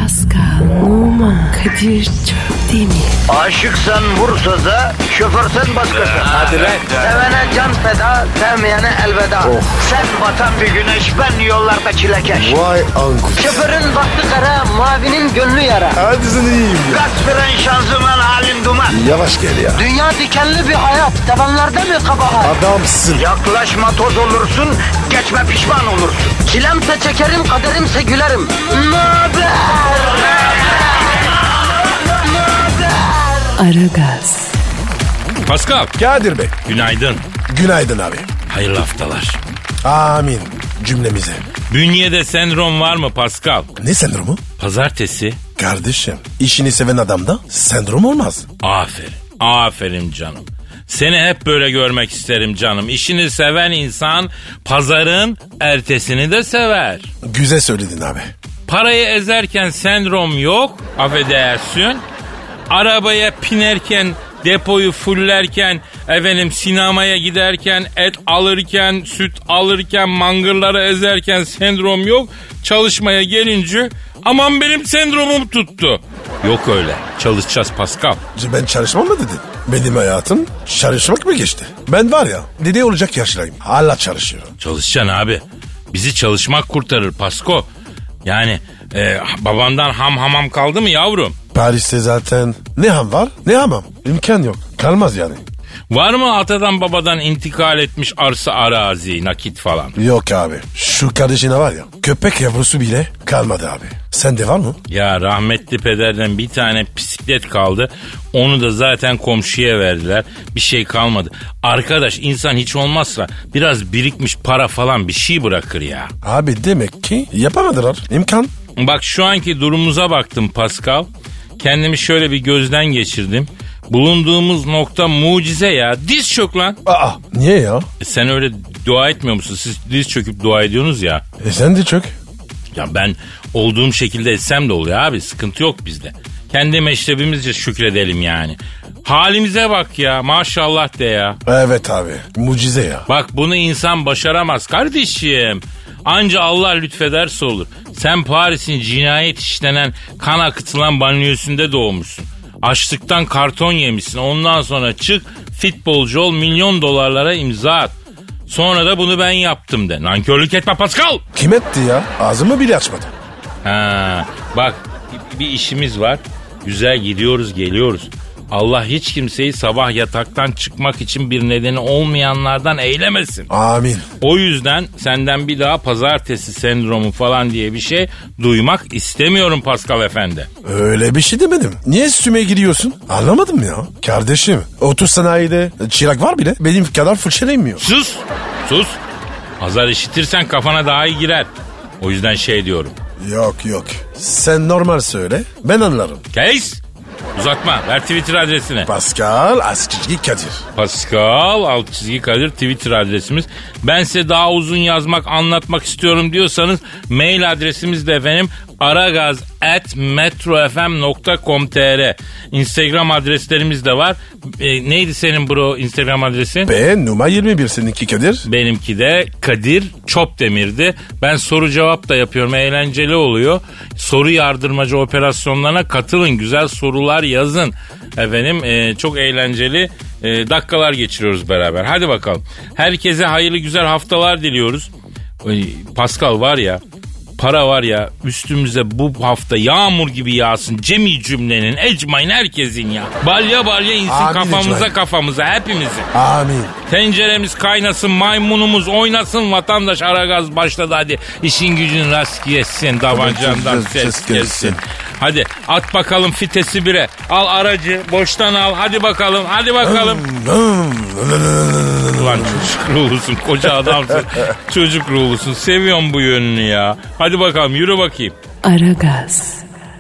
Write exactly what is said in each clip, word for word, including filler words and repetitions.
Pascal, Oman, Kadir çok değil mi? Aşıksan vursa da, şoförsen başkasın. Hadi lan. Sevene can feda, sevmeyene elveda. Oh. Sen batan bir güneş, ben yollarda çilekeş. Vay anku. Şoförün baktı kara, mavinin gönlü yara. Hadi sen iyiyim ya. Kasperen şanzıman halin duman. Yavaş gel ya. Dünya dikenli bir hayat, sevenlerde mi kabahar? Adamsın. Yaklaşma toz olursun, geçme pişman olursun. Çilemse çekerim, kaderimse gülerim. Möber! Aragaz, Pascal, Kadir Bey. günaydın. Günaydın abi. Hayırlı haftalar. Amin cümlemize. Bünyede sendrom var mı Pascal? Ne sendromu? Pazartesi. Kardeşim işini seven adamda sendrom olmaz. Aferin. Aferin canım. Seni hep böyle görmek isterim canım. İşini seven insan pazarın ertesini de sever. Güzel söyledin abi. Parayı ezerken sendrom yok. Affedersin. Arabaya binerken, depoyu fullerken, efendim sinemaya giderken, et alırken, süt alırken, mangırları ezerken sendrom yok. Çalışmaya gelince aman benim sendromum tuttu. Yok öyle. Çalışacağız Pascal. Ben çalışmam mı dedin? Benim hayatım çalışmak mı geçti? Ben var ya dede olacak yaşlarım. Hala çalışıyorum. Çalışacaksın abi. Bizi çalışmak kurtarır Pasko. Yani e, babandan ham hamam kaldı mı yavrum? Paris'te zaten ne ham var ne hamam. İmkan yok. Kalmaz yani. Var mı atadan babadan intikal etmiş arsa arazi nakit falan? Yok abi. Şu kardeşine var ya köpek yavrusu bile kalmadı abi. Sende var mı? Ya rahmetli pederden bir tane bisiklet kaldı. Onu da zaten komşuya verdiler. Bir şey kalmadı. Arkadaş insan hiç olmazsa biraz birikmiş para falan bir şey bırakır ya. Abi demek ki yapamadılar. İmkan. Bak şu anki durumumuza baktım Pascal. Kendimi şöyle bir gözden geçirdim. Bulunduğumuz nokta mucize ya. Diz çök lan. Aa niye ya? E sen öyle dua etmiyor musun? Siz diz çöküp dua ediyorsunuz ya. E sen de çök. Ya ben olduğum şekilde etsem de oluyor abi. Sıkıntı yok bizde. Kendi meşrebimizce şükredelim yani. Halimize bak ya. Maşallah de ya. Evet abi. Mucize ya. Bak bunu insan başaramaz kardeşim. Anca Allah lütfederse olur. Sen Paris'in cinayet işlenen, kan akıtılan banliyösünde doğmuşsun. Açlıktan karton yemişsin. Ondan sonra çık futbolcu ol, milyon dolarlara imza at. Sonra da bunu ben yaptım de. Nankörlük etme Pascal. Kim etti ya? Ağzımı bile açmadım. Ha, bak bir işimiz var. Güzel gidiyoruz geliyoruz. Allah hiç kimseyi sabah yataktan çıkmak için bir nedeni olmayanlardan eylemesin. Amin. O yüzden senden bir daha pazartesi sendromu falan diye bir şey duymak istemiyorum Pascal Efendi. Öyle bir şey demedim. Niye üstüme gidiyorsun? Anlamadım ya. Kardeşim otuz sanayide çırak var bile benim kadar fırçalayamıyor. Sus, sus. Azar işitirsen kafana daha iyi girer. O yüzden şey diyorum. Yok yok. Sen normal söyle ben anlarım. Kes. Uzatma. Ver Twitter adresini. Pascal Askizgi Kadir. Pascal alt çizgi Kadir Twitter adresimiz. Ben size daha uzun yazmak, anlatmak istiyorum diyorsanız mail adresimiz de efendim aragaz at metrofm nokta com nokta tr. Instagram adreslerimiz de var. E, neydi senin bro Instagram adresin? Ben numara yirmi bir seninki Kadir. Benimki de Kadir Çopdemir'di. Ben soru cevap da yapıyorum. Eğlenceli oluyor. Soru yardırmacı operasyonlarına katılın. Güzel sorular yazın. Efendim e, çok eğlenceli e, dakikalar geçiriyoruz beraber. Hadi bakalım. Herkese hayırlı güzel haftalar diliyoruz. E, Pascal var ya, para var ya üstümüze bu hafta yağmur gibi yağsın. Cemi cümlenin, ecmain herkesin ya. Balya balya insin Amin kafamıza ecmain. kafamıza hepimizin. Amin. Tenceremiz kaynasın, maymunumuz oynasın, vatandaş Aragaz başladı hadi. İşin gücün rast gelsin, tabancandan Ses ses gelsin. gelsin. Hadi at bakalım fitesi bire. Al aracı, boştan al, hadi bakalım, hadi bakalım. Ulan çocuk ruhlusun, koca adamsın. Çocuk ruhlusun, seviyorum bu yönünü ya. Hadi bakalım, yürü bakayım. Aragaz.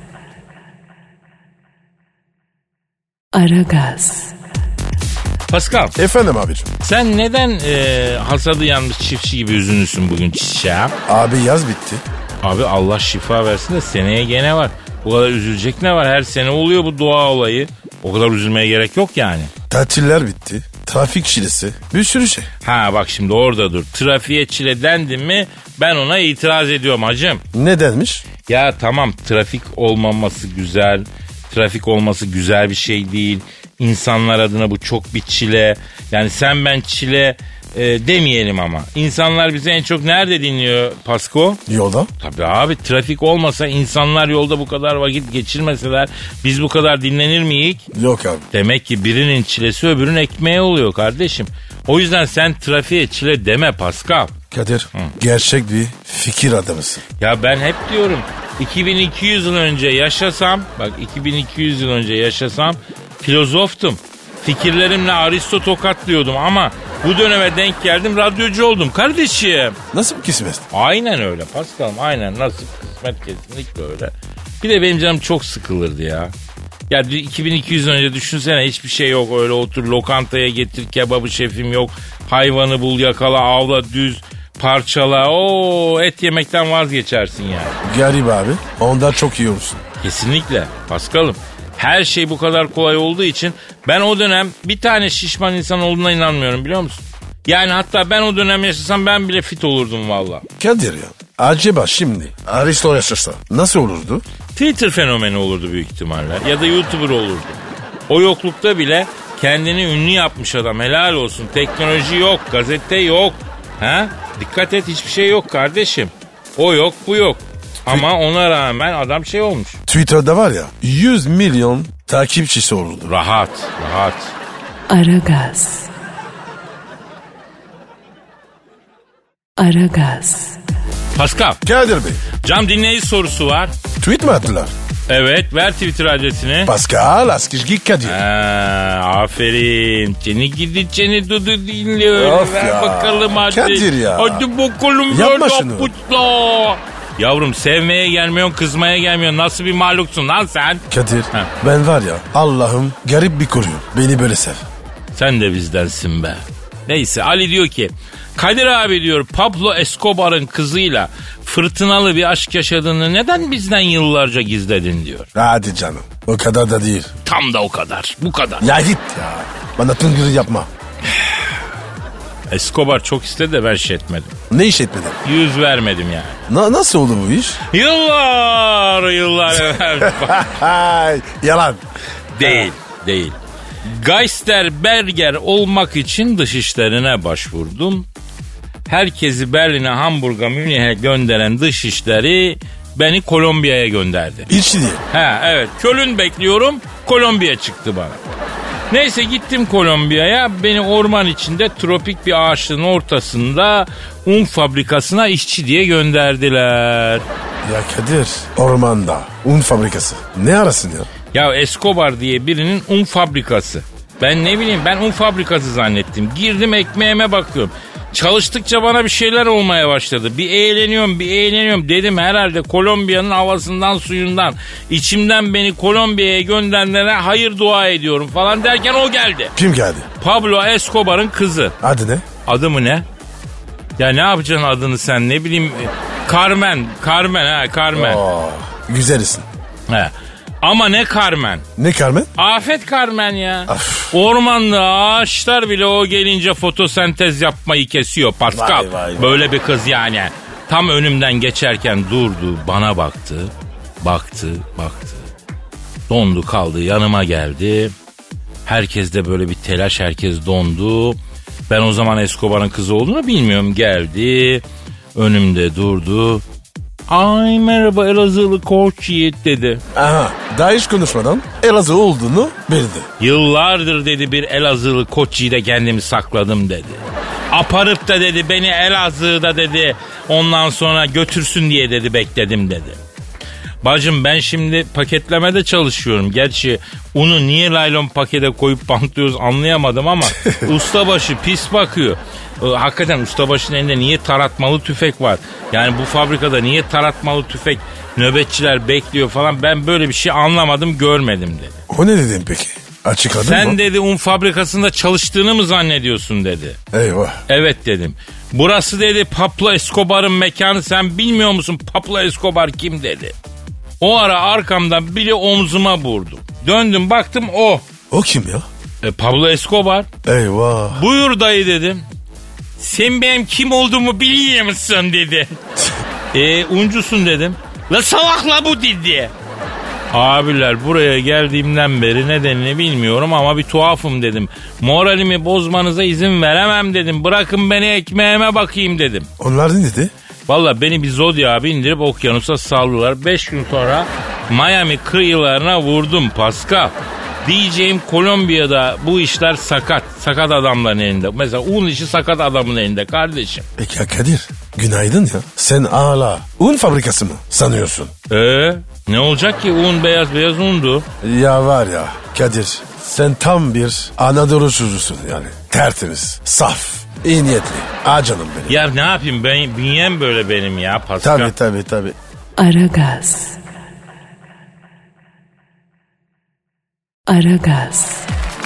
Aragaz. Pascal, Efendim abicim. sen neden e, hasadı yanmış çiftçi gibi üzünlüsün bugün çiçeğim? Abi yaz bitti. Abi Allah şifa versin de seneye gene var. Bu kadar üzülecek ne var? Her sene oluyor bu doğa olayı. O kadar üzülmeye gerek yok yani. Tatiller bitti. Trafik çilesi. Bir sürü şey. Ha bak şimdi orada dur. Trafiğe çile dendim mi ben ona itiraz ediyorum hacım. Ne denmiş? Ya tamam, trafik olmaması güzel. Trafik olması güzel bir şey değil. İnsanlar adına bu çok bir çile. Yani sen ben çile e, demeyelim ama. İnsanlar bizi en çok nerede dinliyor Pasko? Yolda. Tabii abi, trafik olmasa, insanlar yolda bu kadar vakit geçirmeseler biz bu kadar dinlenir miyiz? Yok abi. Demek ki birinin çilesi öbürünün ekmeği oluyor kardeşim. O yüzden sen trafiğe çile deme Pascal. Kadir, Hı. gerçek bir fikir adamısın. Ya ben hep diyorum, iki bin iki yüz yıl önce yaşasam, bak iki bin iki yüz yıl önce yaşasam filozoftum. Fikirlerimle Aristo tokatlıyordum ama bu döneme denk geldim, radyocu oldum kardeşim. Nasıl bir kısmet? Aynen öyle Paskal'ım, aynen, nasıl kısmet, kesinlikle öyle. Bir de benim canım çok sıkılırdı ya. Ya iki bin iki yüz önce düşünsene, hiçbir şey yok, öyle otur lokantaya getir kebabı şefim yok. Hayvanı bul, yakala, avla, düz, parçala, o et yemekten vazgeçersin yani. Garip abi, ondan çok iyi olursun. Kesinlikle Paskal'ım. Her şey bu kadar kolay olduğu için ben o dönem bir tane şişman insan olduğuna inanmıyorum, biliyor musun? Yani hatta ben o dönem yaşasam ben bile fit olurdum valla. Kadir ya, acaba şimdi Aristo yaşasa nasıl olurdu? Twitter fenomeni olurdu büyük ihtimalle. Ya da YouTuber olurdu. O yoklukta bile kendini ünlü yapmış adam, helal olsun. Teknoloji yok, gazete yok. Ha? Dikkat et, hiçbir şey yok kardeşim. O yok, bu yok. Ama ona rağmen adam şey olmuş. Twitter'da var ya yüz milyon takipçisi olurdu. Rahat, rahat. Aragaz. Aragaz. Pascal. Kadir Bey. Cam dinleyici sorusu var. Tweet mi attılar? Evet, ver Twitter adresini. Pascal Askizgi Kadir. Ha, aferin. Seni gidi seni dudu dinliyor. Of ver ya. bakalım hadi. Kadir ya. Hadi bakalım. Yapma şunu. Putla. Yavrum, sevmeye gelmiyorsun, kızmaya gelmiyorsun. Nasıl bir mahluksun lan sen? Kadir, Ha. ben var ya Allah'ım garip bir kuruyor. Beni böyle sev. Sen de bizdensin be. Neyse, Ali diyor ki, Kadir abi diyor, Pablo Escobar'ın kızıyla fırtınalı bir aşk yaşadığını neden bizden yıllarca gizledin diyor. Hadi canım, o kadar da değil. Tam da o kadar, bu kadar. Ya git ya, bana tıngırı yapma. Escobar çok istedi de ben şey etmedim. Ne iş etmedin? Yüz vermedim yani. Na- nasıl oldu bu iş? Yıllar yıllar evvel. Hay, yalan. Değil, değil. Geisterberger olmak için dışişlerine başvurdum. Herkesi Berlin'e, Hamburg'a, Münih'e gönderen dışişleri beni Kolombiya'ya gönderdi. İlçi diye. Ha evet, Köln bekliyorum, Kolombiya çıktı bana. Neyse, gittim Kolombiya'ya, beni orman içinde tropik bir ağaçlığın ortasında un fabrikasına işçi diye gönderdiler. Ya Kadir, ormanda un fabrikası. Ne arasın ya? Ya Escobar diye birinin un fabrikası. Ben ne bileyim, ben un fabrikası zannettim. Girdim, ekmeğime bakıyorum. Çalıştıkça bana bir şeyler olmaya başladı. Bir eğleniyorum, bir eğleniyorum. Dedim herhalde Kolombiya'nın havasından, suyundan. İçimden beni Kolombiya'ya gönderenlere hayır dua ediyorum falan derken o geldi. Kim geldi? Pablo Escobar'ın kızı. Adı ne? Adı mı ne? Ya ne yapacaksın adını sen, ne bileyim. Carmen, Carmen ha Carmen. Oo, güzel isim. He. Ama ne Carmen? Ne Carmen? Afet Carmen ya. Of. Ormanda ağaçlar bile o gelince fotosentez yapmayı kesiyor Pascal. Vay, vay, vay. Böyle bir kız yani. Tam önümden geçerken durdu, bana baktı. Baktı, baktı. Dondu kaldı, yanıma geldi. Herkes de böyle bir telaş, herkes dondu. Ben o zaman Escobar'ın kızı olduğunu bilmiyorum. Geldi, önümde durdu. Ay merhaba Elazığlı Koç Yiğit dedi. Aha, daha hiç konuşmadan Elazığ olduğunu bildi. Yıllardır dedi bir Elazığlı Koç Yiğit'e kendimi sakladım dedi. Aparıp da dedi beni Elazığ'da dedi ondan sonra götürsün diye dedi bekledim dedi. Bacım ben şimdi paketlemede çalışıyorum. Gerçi unu niye laylon pakete koyup bantlıyoruz anlayamadım ama ustabaşı pis bakıyor. Hakikaten ustabaşının elinde niye taratmalı tüfek var? Yani bu fabrikada niye taratmalı tüfek, nöbetçiler bekliyor falan, ben böyle bir şey anlamadım, görmedim dedi. O ne dedin peki? Açıkladın Sen mı? dedi un fabrikasında çalıştığını mı zannediyorsun dedi. Eyvah. Evet dedim. Burası dedi Pablo Escobar'ın mekanı, sen bilmiyor musun Pablo Escobar kim dedi. O ara arkamdan biri omzuma vurdu. Döndüm baktım o. O kim ya? E, Pablo Escobar. Eyvah. Buyur dayı dedim. Sen benim kim olduğumu biliyor musun dedi. E uncusun dedim. La salakla bu dedi. Abiler buraya geldiğimden beri nedenini bilmiyorum ama bir tuhafım dedim. Moralimi bozmanıza izin veremem dedim. Bırakın beni ekmeğime bakayım dedim. Onlar ne dedi? Valla beni bir Zodiac'a bindirip okyanusa saldılar. Beş gün sonra Miami kıyılarına vurdum Pascal. Diyeceğim Kolombiya'da bu işler sakat. Sakat adamların elinde. Mesela un işi sakat adamın elinde kardeşim. E ya Kadir, günaydın ya. Sen hala un fabrikası mı sanıyorsun? Eee ne olacak ki, un beyaz beyaz undu. Ya var ya Kadir, sen tam bir Anadolu çocuğusun yani. Tertemiz, saf, iyi niyetli. Aa canım benim. Ya ne yapayım, ben bünyem böyle benim ya Pascal. Tabii tabii tabii. Aragaz. Aragaz.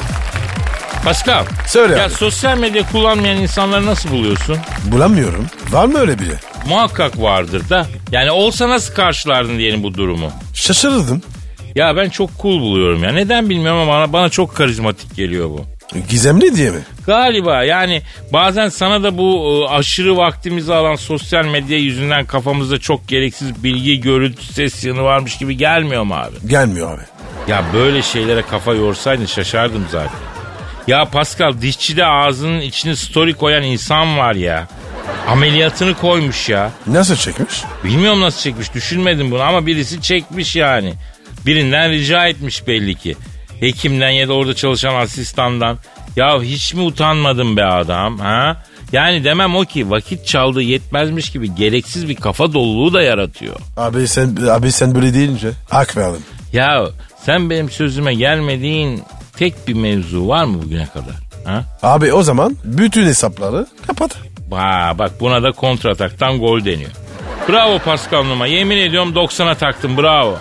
Pascal. Söyle Ya abi. sosyal medya kullanmayan insanları nasıl buluyorsun? Bulamıyorum. Var mı öyle biri? Muhakkak vardır da. Yani olsa nasıl karşılardın diyelim bu durumu? Şaşırırdım. Ya ben çok cool buluyorum ya. Neden bilmiyorum ama bana, bana çok karizmatik geliyor bu. Gizemli diye mi? Galiba yani bazen sana da bu e, aşırı vaktimizi alan sosyal medya yüzünden kafamızda çok gereksiz bilgi, görüntü, ses yanı varmış gibi gelmiyor mu abi? Gelmiyor abi. Ya böyle şeylere kafa yorsaydın şaşardım zaten. Ya Pascal, dişçide ağzının içine story koyan insan var ya. Ameliyatını koymuş ya. Nasıl çekmiş? Bilmiyorum nasıl çekmiş, düşünmedim bunu ama birisi çekmiş yani. Birinden rica etmiş belli ki. Hekimden ya da orada çalışan asistandan. Ya hiç mi utanmadın be adam ha? Yani demem o ki vakit çaldığı yetmezmiş gibi gereksiz bir kafa doluluğu da yaratıyor. Abi sen abi sen böyle deyince hak verdim. Ya sen benim sözüme gelmediğin tek bir mevzu var mı bugüne kadar? Ha? Abi o zaman bütün hesapları kapat. Ha, bak buna da kontrataktan gol deniyor. Bravo Pascal Numa, yemin ediyorum doksana taktım, bravo.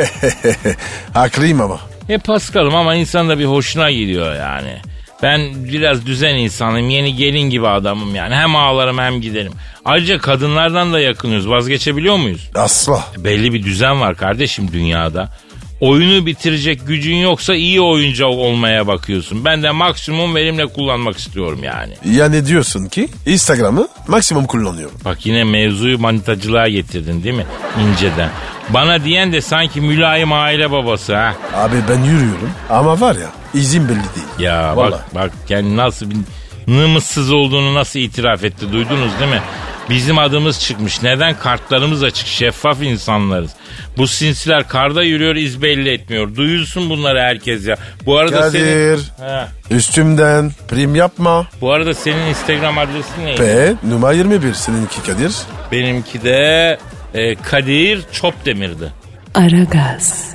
Haklıyım ama. E Pascal'ım ama insan da bir hoşuna gidiyor yani. Ben biraz düzen insanıyım, yeni gelin gibi adamım yani. Hem ağlarım hem giderim. Ayrıca kadınlardan da yakınıyoruz, vazgeçebiliyor muyuz? Asla. Belli bir düzen var kardeşim dünyada. Oyunu bitirecek gücün yoksa iyi oyuncu olmaya bakıyorsun. Ben de maksimum verimle kullanmak istiyorum yani. Ya ne diyorsun ki? Instagram'ı maksimum kullanıyorum. Bak yine mevzuyu manitacılığa getirdin değil mi? İnceden. Bana diyen de sanki mülayim aile babası ha. Abi ben yürüyorum ama var ya izin belli değil. Ya Vallahi. bak bak yani nasıl bir nımızsız olduğunu nasıl itiraf etti, duydunuz değil mi? Bizim adımız çıkmış. Neden? Kartlarımız açık. Şeffaf insanlarız. Bu sinsiler karda yürüyor, iz belli etmiyor. Duyulsun bunları herkes ya. Bu arada Kadir. senin... He. Üstümden prim yapma. Bu arada senin Instagram adresin neydi? P numara yirmi bir seninki Kadir. Benimki de e, Kadir Çopdemir'di. Aragaz.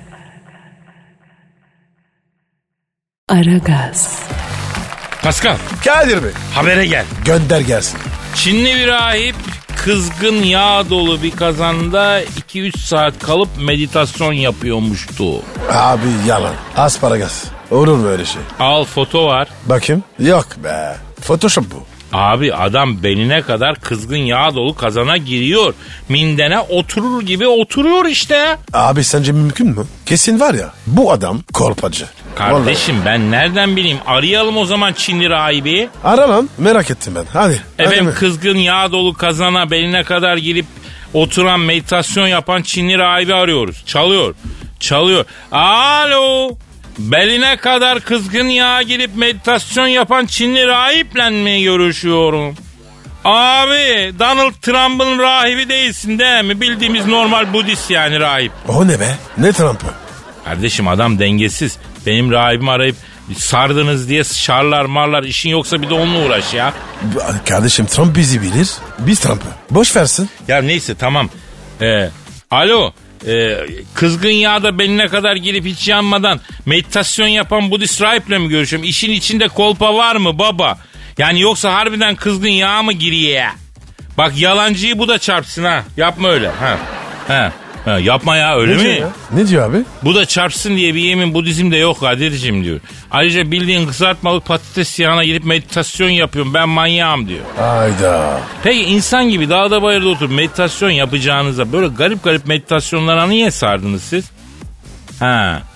Aragaz. Pascal, Kadir Bey habere gel. gönder gelsin. Çinli bir rahip kızgın yağ dolu bir kazanda iki üç saat kalıp meditasyon yapıyormuştu. Abi yalan. Asparagas. Olur mu öyle şey? Al, foto var. Bakayım. Yok be. Photoshop bu. Abi adam beline kadar kızgın yağ dolu kazana giriyor. Mindene oturur gibi oturuyor işte. Abi sence mümkün mü? Kesin var ya bu adam korpacı. Kardeşim ben nereden bileyim? Arayalım o zaman Çinli rahibi. Ara lan, merak ettim ben. Hadi. Efendim hadi. kızgın yağ dolu kazana beline kadar girip oturan, meditasyon yapan Çinli rahibi arıyoruz. Çalıyor. Çalıyor. Alo. Beline kadar kızgın yağa girip meditasyon yapan Çinli rahiple mi görüşüyorum? Abi Donald Trump'ın rahibi değilsin değil mi? Bildiğimiz normal Budist yani rahip. O ne be? Ne Trump'ı? Kardeşim adam dengesiz. Benim rahibimi arayıp sardınız diye şarlar marlar, işin yoksa bir de onunla uğraş ya. Kardeşim Trump bizi bilir. Biz Trump'ı. Boş versin. Ya neyse tamam. Ee, alo. Ee, kızgın yağda beline kadar girip hiç yanmadan meditasyon yapan Budist rahiple mi görüşüyorum? İşin içinde kolpa var mı baba? Yani yoksa harbiden kızgın yağ mı giriyor? Bak yalancıyı bu da çarpsın ha. Yapma öyle. Ha. Ha. Ha, yapma ya, öyle Ne mi? diyor ya? Ne diyor abi? Bu da çarpsın diye bir yemin Budizm'de yok Kadir'cim diyor. Ayrıca bildiğin kızartmalık patates yağına girip meditasyon yapıyorum, ben manyağım diyor. Hayda. Peki insan gibi dağda bayırda oturup meditasyon yapacağınıza böyle garip garip meditasyonlara niye sardınız siz? Ha.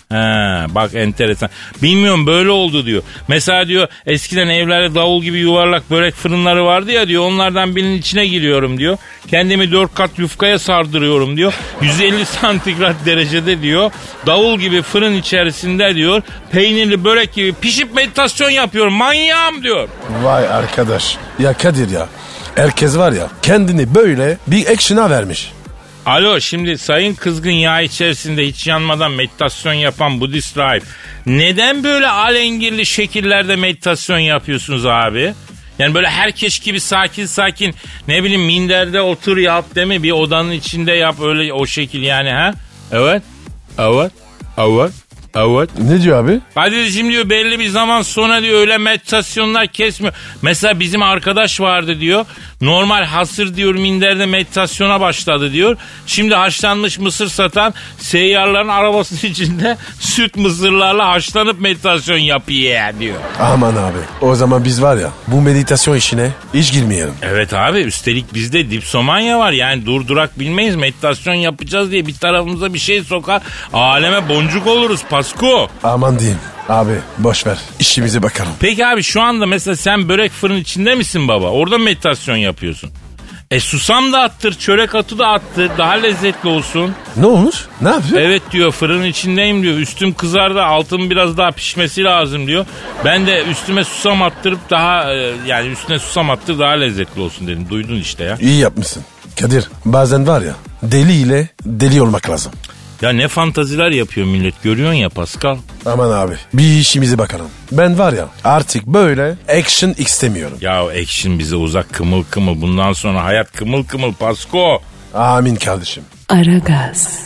He, bak enteresan. Bilmiyorum böyle oldu diyor. Mesela diyor eskiden evlerde davul gibi yuvarlak börek fırınları vardı ya diyor. Onlardan birinin içine giriyorum diyor. Kendimi dört kat yufkaya sardırıyorum diyor. yüz elli santigrat derecede diyor. Davul gibi fırın içerisinde diyor. Peynirli börek gibi pişip meditasyon yapıyorum. Manyağım diyor. Vay arkadaş. Ya Kadir ya. Herkes var ya kendini böyle bir action'a vermiş. Alo, şimdi sayın kızgın yağ içerisinde hiç yanmadan meditasyon yapan Budist rahip, neden böyle alengirli şekillerde meditasyon yapıyorsunuz abi? Yani böyle herkes gibi sakin sakin ne bileyim minderde otur yap değil mi? Bir odanın içinde yap öyle o şekil yani ha? Evet. Evet. Evet. Evet. Ne diyor abi? Kadir'cim diyor belli bir zaman sonra diyor öyle meditasyonlar kesmiyor. Mesela bizim arkadaş vardı diyor. Normal hasır diyor minderde meditasyona başladı diyor. Şimdi haşlanmış mısır satan seyyarların arabasının içinde süt mısırlarla haşlanıp meditasyon yapıyor diyor. Aman abi. O zaman biz var ya bu meditasyon işine hiç girmeyelim. Evet abi, üstelik bizde dipsomanya var. Yani durdurak bilmeyiz, meditasyon yapacağız diye bir tarafımıza bir şey sokar. Aleme boncuk oluruz Pasko. Aman diyeyim. Abi boş ver. İşimize bakalım. Peki abi şu anda mesela sen börek fırın içinde misin baba? Orada meditasyon yapıyorsun. E susam da attır, çörek atı da attır. Daha lezzetli olsun. Ne olmuş? Ne yapıyor? Evet diyor, fırın içindeyim diyor. Üstüm kızardı, altım biraz daha pişmesi lazım diyor. Ben de üstüme susam attırıp daha yani üstüne susam attır daha lezzetli olsun dedim. Duydun işte ya. İyi yapmışsın. Kadir bazen var ya deli ile deli olmak lazım. Ya ne fantaziler yapıyor millet, görüyorsun ya Pascal. Aman abi bir işimize bakalım. Ben var ya artık böyle action istemiyorum. Ya action bize uzak, kımıl kımıl. Bundan sonra hayat kımıl kımıl Pasko. Amin kardeşim. Aragaz.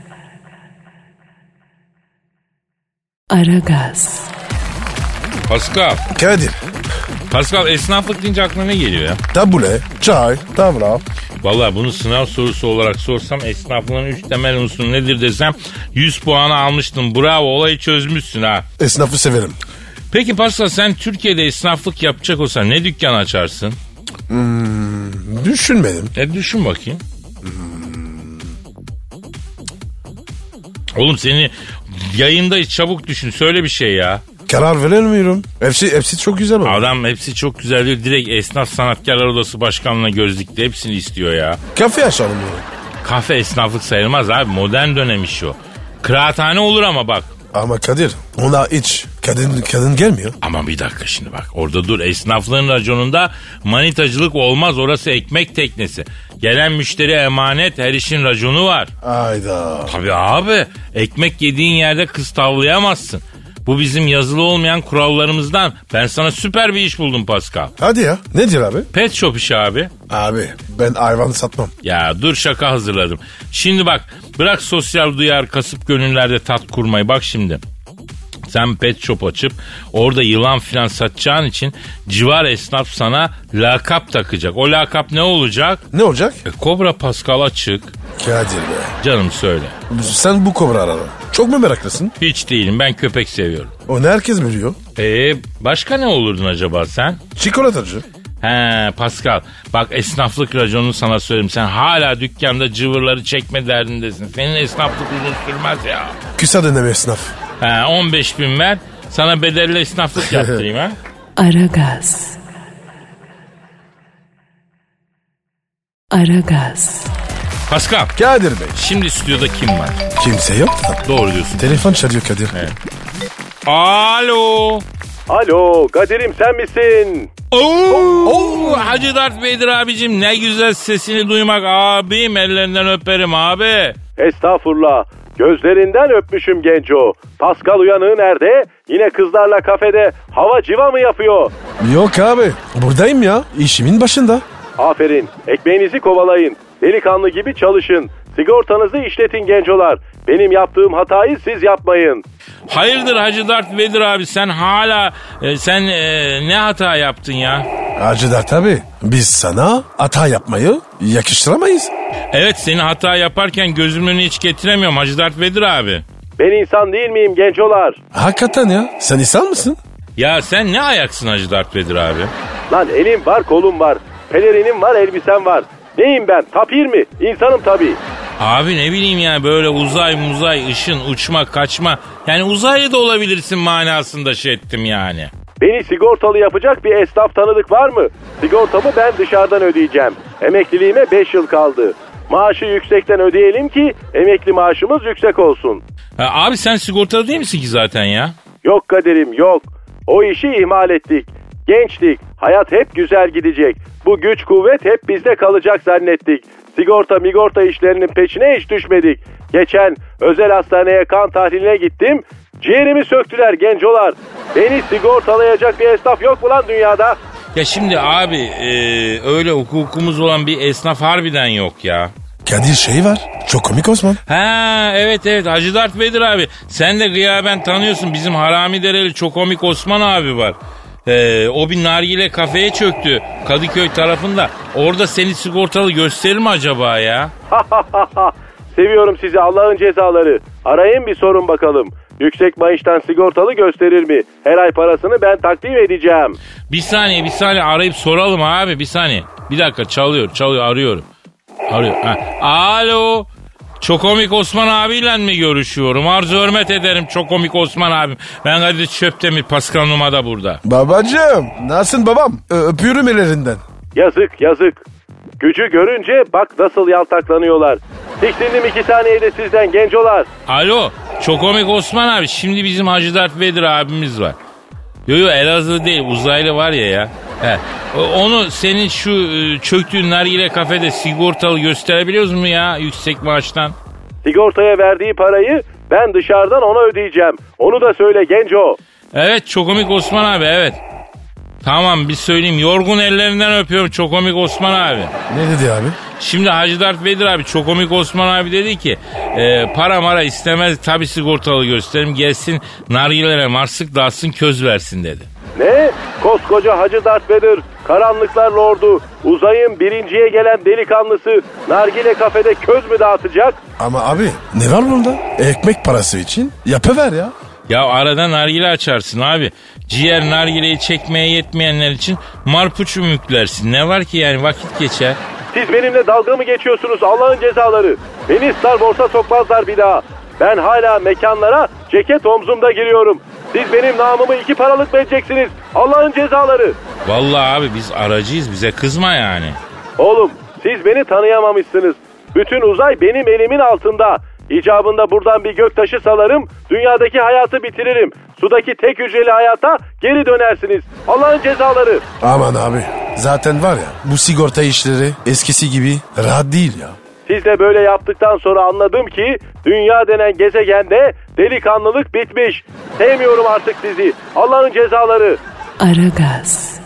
Aragaz. Pascal. Kadir. Pascal, esnaflık deyince aklına ne geliyor ya? Tabule, çay, tavla. Vallahi bunu sınav sorusu olarak sorsam esnaflığın üç temel unsuru nedir desem yüz puanı almıştım. Bravo, olayı çözmüşsün ha. Esnafı severim. Peki Pascal, sen Türkiye'de esnaflık yapacak olsan ne dükkan açarsın? Hmm, düşünmedim. E düşün bakayım. Oğlum seni yayındayız, çabuk düşün, söyle bir şey ya. Karar veremiyorum. Hepsi, hepsi çok güzel oldu. Adam hepsi çok güzel diyor. Direkt Esnaf Sanatkarlar Odası Başkanlığı'na göz dikti. Hepsini istiyor ya. Kafe açalım diyorum. Kafe esnaflık sayılmaz abi. Modern dönem işi o. Kıraathane olur ama bak. Ama Kadir ona hiç kadın, kadın gelmiyor. Ama bir dakika şimdi bak. Orada dur. Esnaflığın raconunda manitacılık olmaz. Orası ekmek teknesi. Gelen müşteri emanet. Her işin raconu var. Ayda. Tabii abi. Ekmek yediğin yerde kız tavlayamazsın. Bu bizim yazılı olmayan kurallarımızdan. Ben sana süper bir iş buldum Pascal. Hadi ya. Nedir abi? Pet shop işi abi. Abi ben hayvan satmam. Ya dur, şaka hazırladım. Şimdi bak, bırak sosyal duyar kasıp gönüllerde tat kurmayı. Bak şimdi. Sen pet shop açıp orada yılan filan satacağın için civar esnaf sana lakap takacak. O lakap ne olacak? Ne olacak? E, Kobra Pascal açık. Kadir be. Canım söyle. Sen bu kobra arada. Çok mu meraklısın? Hiç değilim, ben köpek seviyorum. O ne herkes biliyor. E başka ne olurdun acaba sen? Çikolatacı. He Pascal, bak esnaflık raconunu sana söyleyeyim. Sen hala dükkanda cıvırları çekme derdindesin. Senin esnaflık uzun sürmez ya. Kısa dönem esnaf. He on beş bin ver, sana bedelli esnaflık yaptırayım ha. Aragaz. Aragaz. Pascal, Kadir Bey. şimdi stüdyoda kim var? Kimse yok da. Doğru diyorsun. Telefon çalıyor Kadir. Evet. Alo. Alo Kadir'im, sen misin? Oo, Oo, Hacı Dert Vedir abicim, ne güzel sesini duymak abim, ellerinden öperim abi. Estağfurullah. Gözlerinden öpmüşüm genco. Pascal uyanığı nerede? Yine kızlarla kafede hava civa mı yapıyor? Yok abi. Buradayım ya. İşimin başında. Aferin. Ekmeğinizi kovalayın. Delikanlı gibi çalışın. Sigortanızı işletin gencolar. Benim yaptığım hatayı siz yapmayın. Hayırdır Hacı Dert Vedir abi, sen hala e, sen e, ne hata yaptın ya? Hacı Dert abi. Biz sana hata yapmayı yakıştıramayız. Evet, seni hata yaparken gözümün önüne hiç getiremiyorum Hacı Dert Vedir abi. Ben insan değil miyim gencolar? Hakikaten ya. Sen insan mısın? Ya sen ne ayaksın Hacı Dert Vedir abi? Lan elim var, kolum var. Pelerinim var, elbisem var. Neyim ben? Tapir mi? İnsanım tabii. Abi ne bileyim ya, böyle uzay muzay, ışın, uçma, kaçma. Yani uzaylı da olabilirsin manasında şey ettim yani. Beni sigortalı yapacak bir esnaf tanıdık var mı? Sigortamı ben dışarıdan ödeyeceğim. Emekliliğime beş yıl kaldı. Maaşı yüksekten ödeyelim ki emekli maaşımız yüksek olsun. Ha, abi sen sigortalı değil misin ki zaten ya? Yok Kadir'im yok. O işi ihmal ettik. Gençtik. Hayat hep güzel gidecek. Bu güç kuvvet hep bizde kalacak zannettik. Sigorta migorta işlerinin peşine hiç düşmedik. Geçen özel hastaneye kan tahliline gittim. Ciğerimi söktüler gencolar. Beni sigortalayacak bir esnaf yok mu lan dünyada? Ya şimdi abi e, öyle hukukumuz olan bir esnaf harbiden yok ya. Kadir şey var. Çok komik Osman. Ha evet evet, Hacı Dert Vedir abi. Sen de gıyaben tanıyorsun, bizim Harami Dereli çok komik Osman abi var. Ee, o bir nargile kafeye çöktü Kadıköy tarafında. Orada seni sigortalı gösterir mi acaba ya? Seviyorum sizi Allah'ın cezaları. Arayın bir sorun bakalım. Yüksek maaştan sigortalı gösterir mi? Her ay parasını ben takdim edeceğim. Bir saniye bir saniye arayıp soralım abi, bir saniye. Bir dakika, çalıyor çalıyor arıyorum. Arıyor. Ha. Alo. Çok komik Osman abiyle mi görüşüyorum? Arzu hürmet ederim çok komik Osman abim. Ben Kadir Çöptemir, Pascal Numa da burada. Babacığım nasılsın babam? Ö- öpüyorum ellerinden. Yazık yazık. Gücü görünce bak nasıl yaltaklanıyorlar. Tiksindim iki saniyede sizden gencolar. Alo. Çok komik Osman abi. Şimdi bizim Hacı Dert Vedir abimiz var. Yo yo, Elazığ değil, uzaylı var ya ya. He. Onu senin şu çöktüğün nargile kafede sigortalı gösterebiliyoruz mu ya yüksek maaştan? Sigortaya verdiği parayı ben dışarıdan ona ödeyeceğim. Onu da söyle genco. Evet çok komik Osman abi, evet. Tamam bir söyleyeyim, yorgun ellerinden öpüyorum çok komik Osman abi. Ne dedi abi? Şimdi Hacı Dert Vedir abi çok komik Osman abi dedi ki e, para mara istemez tabi sigortalı gösterim, gelsin nargilere marsık dağıtsın köz versin dedi. Ne? Koskoca Hacı Dert Vedir, karanlıklar lordu, uzayın birinciye gelen delikanlısı nargile kafede köz mü dağıtacak? Ama abi ne var bunda? Ekmek parası için yapıver ya. Ya arada nargile açarsın abi. Ciğer nargileyi çekmeye yetmeyenler için marpuç müklersin. Ne var ki yani, vakit geçer. Siz benimle dalga mı geçiyorsunuz Allah'ın cezaları? Beni Star Wars'a sokmazlar bir daha. Ben hala mekanlara ceket omzumda giriyorum. Siz benim namımı iki paralık mı edeceksiniz? Allah'ın cezaları. Vallahi abi biz aracıyız, bize kızma yani. Oğlum siz beni tanıyamamışsınız. Bütün uzay benim elimin altında. İcabında buradan bir göktaşı salarım, dünyadaki hayatı bitiririm. Sudaki tek hücreli hayata geri dönersiniz. Allah'ın cezaları. Aman abi zaten var ya, bu sigorta işleri eskisi gibi rahat değil ya. Siz de böyle yaptıktan sonra anladım ki dünya denen gezegende delikanlılık bitmiş. Sevmiyorum artık sizi. Allah'ın cezaları. Aragaz.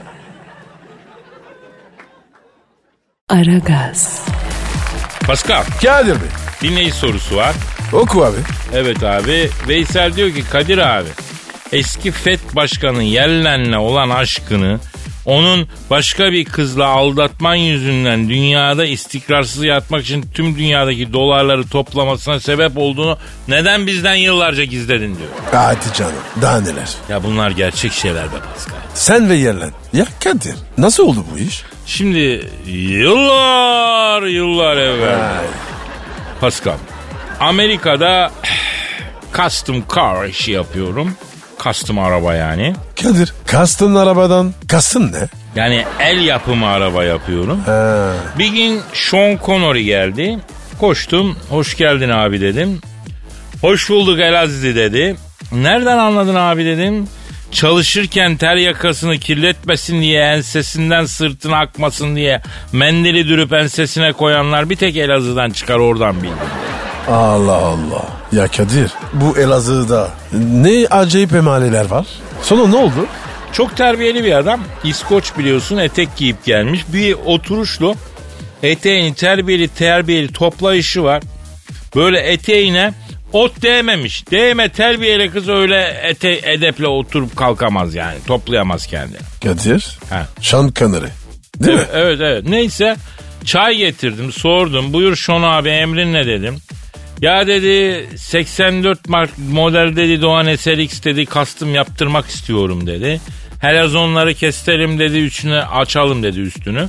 Aragaz. Pascal, Kadir Bey. dinleyici sorusu var. Oku abi. Evet abi. Veysel diyor ki Kadir abi, eski F E D Başkanı Yellen'le olan aşkını onun başka bir kızla aldatman yüzünden dünyada istikrarsız yatmak için tüm dünyadaki dolarları toplamasına sebep olduğunu neden bizden yıllarca gizledin diyor. Hadi canım daha neler. Ya bunlar gerçek şeyler be Pascal. Sen ve Yerlen. Ya Kadir nasıl oldu bu iş? Şimdi yıllar yıllar evvel Ay. Pascal, Amerika'da custom car işi yapıyorum. Custom araba yani. Kadir kastın arabadan kastın ne? Yani el yapımı araba yapıyorum. Ha. Bir gün Sean Connery geldi. Koştum. Hoş geldin abi dedim. Hoş bulduk Elazığ dedi. Nereden anladın abi dedim. Çalışırken ter yakasını kirletmesin diye, ensesinden sırtına akmasın diye mendili dürüp ensesine koyanlar bir tek Elazığ'dan çıkar, oradan bildim. Allah Allah. Ya Kadir bu Elazığ'da ne acayip emaneler var. Sonra ne oldu? Çok terbiyeli bir adam. İskoç biliyorsun, etek giyip gelmiş. Bir oturuşlu eteğini terbiyeli terbiyeli toplayışı var. Böyle eteğine ot değmemiş. Değme terbiyeli kız öyle ete, edeple oturup kalkamaz yani. Toplayamaz kendini. Kadir. Ha. Sean Connery. Değil evet, mi? Evet evet. Neyse çay getirdim, sordum. Buyur Sean abi, emrin ne dedim. Ya dedi seksen dört mark model dedi Doğan S R X dedi custom yaptırmak istiyorum dedi. Helezonları kestirelim dedi, üçünü açalım dedi üstünü.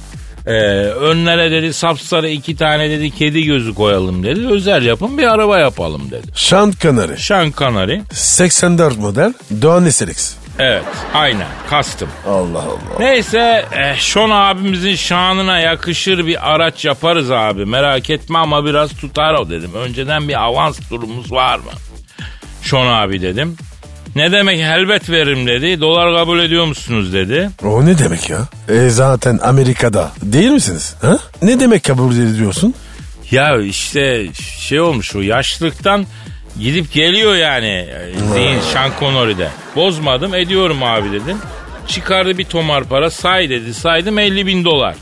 Ee, önlere dedi sapsarı iki tane dedi kedi gözü koyalım dedi. Özel yapım bir araba yapalım dedi. Sean Connery. Sean Connery. seksen dört model Doğan S L X. Evet aynen custom. Allah Allah. Neyse eh, Sean abimizin şanına yakışır bir araç yaparız abi. Merak etme ama biraz tutar o dedim. Önceden bir avans durumumuz var mı? Sean abi dedim. Ne demek elbet veririm dedi. Dolar kabul ediyor musunuz dedi. O ne demek ya? E zaten Amerika'da değil misiniz? Ha? Ne demek kabul ediyorsun? Ya işte şey olmuş o yaşlılıktan gidip geliyor yani zihin Sean Connery'de. Bozmadım ediyorum abi dedim. Çıkardı bir tomar para say dedi saydım elli bin dolar.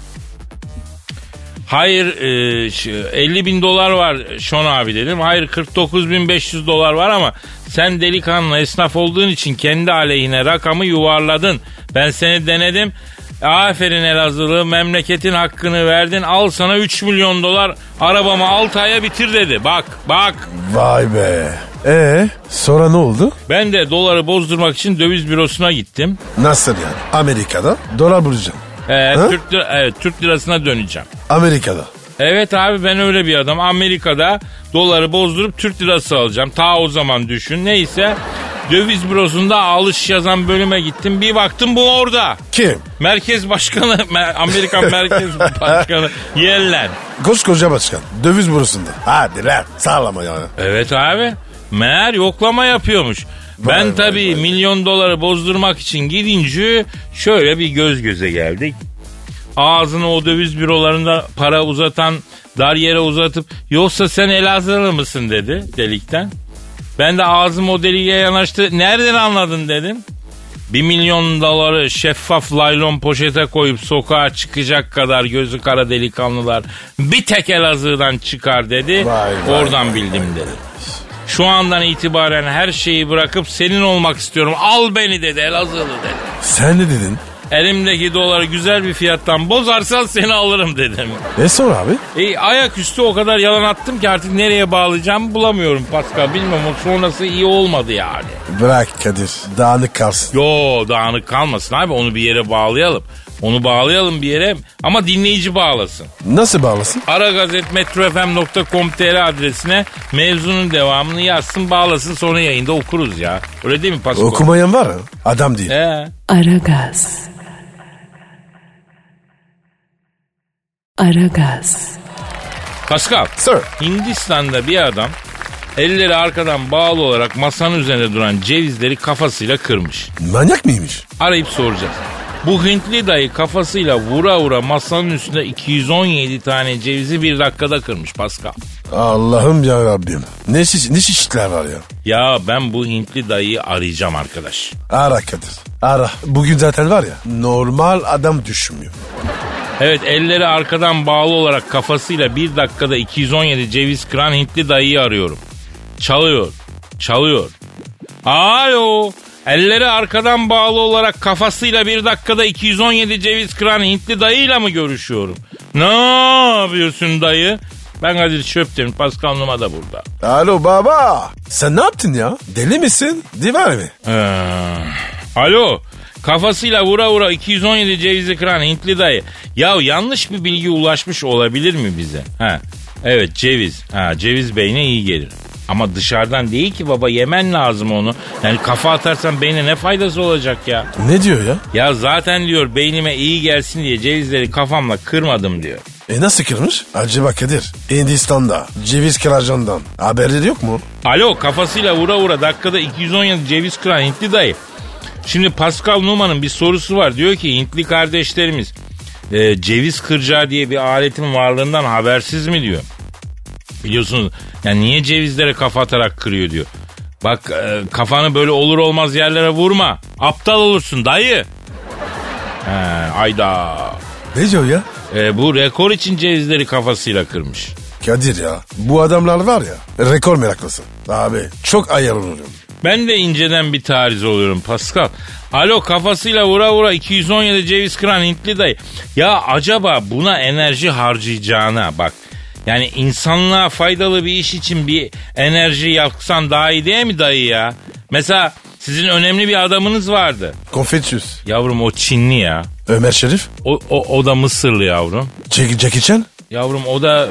Hayır e, elli bin dolar var Sean abi dedim. Hayır kırk dokuz bin beş yüz dolar var ama sen delikanlı esnaf olduğun için kendi aleyhine rakamı yuvarladın. Ben seni denedim. Aferin Elazığlı memleketin hakkını verdin. Al sana üç milyon dolar arabamı altı aya bitir dedi. Bak bak. Vay be. Ee sonra ne oldu? Ben de doları bozdurmak için döviz bürosuna gittim. Nasıl yani? Amerika'da dolar bulacağım. Ee, Türk, lira, evet, Türk lirasına döneceğim. Amerika'da. Evet abi ben öyle bir adam. Amerika'da doları bozdurup Türk lirası alacağım. Ta o zaman düşün. Neyse döviz bürosunda alış yazan bölüme gittim. Bir baktım bu orada. Kim? Merkez Başkanı, Amerikan Merkez Başkanı Yellen. Koskoca başkan. Döviz burasında. Hadi lan sağlama yani. Evet abi. Meğer yoklama yapıyormuş. Vay Ben vay tabii vay. milyon doları bozdurmak için gidince şöyle bir göz göze geldik. Ağzını o döviz bürolarında para uzatan dar yere uzatıp yoksa sen Elazığlı mısın dedi delikten. Ben de ağzım o deliğe yanaştı. Nereden anladın dedim. Bir milyon doları şeffaf laylon poşete koyup sokağa çıkacak kadar gözü kara delikanlılar bir tek Elazığ'dan çıkar dedi. Vay, vay, Oradan vay, bildim vay. dedi. Şu andan itibaren her şeyi bırakıp senin olmak istiyorum. Al beni dedi Elazığlı dedi. Sen ne dedin? Elimdeki doları güzel bir fiyattan bozarsan seni alırım dedim. Ne sonra abi? E, ayaküstü o kadar yalan attım ki artık nereye bağlayacağımı bulamıyorum Pascal. Bilmiyorum o sonrası iyi olmadı yani. Bırak Kadir. Dağınık kalsın. Yo dağınık kalmasın abi onu bir yere bağlayalım. Onu bağlayalım bir yere ama dinleyici bağlasın. Nasıl bağlasın? aragazet metro f m nokta com nokta t r adresine mevzunun devamını yazsın bağlasın sonra yayında okuruz ya. Öyle değil mi Pascal? Okumayan var ya adam değil. He. Aragaz. Aragaz. Pascal. Sir. Hindistan'da bir adam elleri arkadan bağlı olarak masanın üzerinde duran cevizleri kafasıyla kırmış. Manyak mıymış? Arayıp soracağız. Bu Hintli dayı kafasıyla vura vura masanın üstünde iki yüz on yedi tane cevizi bir dakikada kırmış Pascal. Allah'ım ya Rabbim. Ne, şiş, ne şişlikler var ya. Ya ben bu Hintli dayıyı arayacağım arkadaş. Ara Kadir. Ara. Bugün zaten var ya normal adam düşünmüyor. Evet elleri arkadan bağlı olarak kafasıyla bir dakikada iki yüz on yedi ceviz kıran Hintli dayıyı arıyorum. Çalıyor. Çalıyor. Alo. Elleri arkadan bağlı olarak kafasıyla bir dakikada iki yüz on yedi ceviz kıran Hintli dayıyla mı görüşüyorum? Ne yapıyorsun dayı? Ben Kadir Çöptemir, Pascal Numa da burada. Alo baba. Sen ne yaptın ya? Deli misin? Değil mi? Ee, alo. Kafasıyla vura vura iki yüz on yedi cevizi kıran Hintli dayı. Ya yanlış bir bilgi ulaşmış olabilir mi bize? Ha. Evet ceviz. Ha, ceviz beyne iyi gelir. Ama dışarıdan değil ki baba yemen lazım onu. Yani kafa atarsan beyne ne faydası olacak ya? Ne diyor ya? Ya zaten diyor beynime iyi gelsin diye cevizleri kafamla kırmadım diyor. E nasıl kırmış? Acaba Kadir. Hindistan'da ceviz kıracandan haberleri yok mu? Alo kafasıyla vura vura dakikada iki yüz on yedi ceviz kıran Hintli dayı. Şimdi Pascal Numa'nın bir sorusu var. Diyor ki Hintli kardeşlerimiz e, ceviz kıracağı diye bir aletin varlığından habersiz mi diyor. Biliyorsunuz yani niye cevizlere kafa atarak kırıyor diyor. Bak e, kafanı böyle olur olmaz yerlere vurma. Aptal olursun dayı. He, ayda. Ne diyor ya? E, bu rekor için cevizleri kafasıyla kırmış. Kadir ya bu adamlar var ya rekor meraklısı. Abi çok ayar oluyorum. Ben de inceden bir tariz oluyorum Pascal. Alo kafasıyla vura vura iki yüz on yedi ceviz kıran Hintli dayı. Ya acaba buna enerji harcayacağına bak. Yani insanlığa faydalı bir iş için bir enerji yaksan daha iyi değil mi dayı ya? Mesela sizin önemli bir adamınız vardı. Konfüçyüs. Yavrum o Çinli ya. Ömer Şerif. O, o, o da Mısırlı yavrum. Jackie, Jackie Chan. Yavrum o da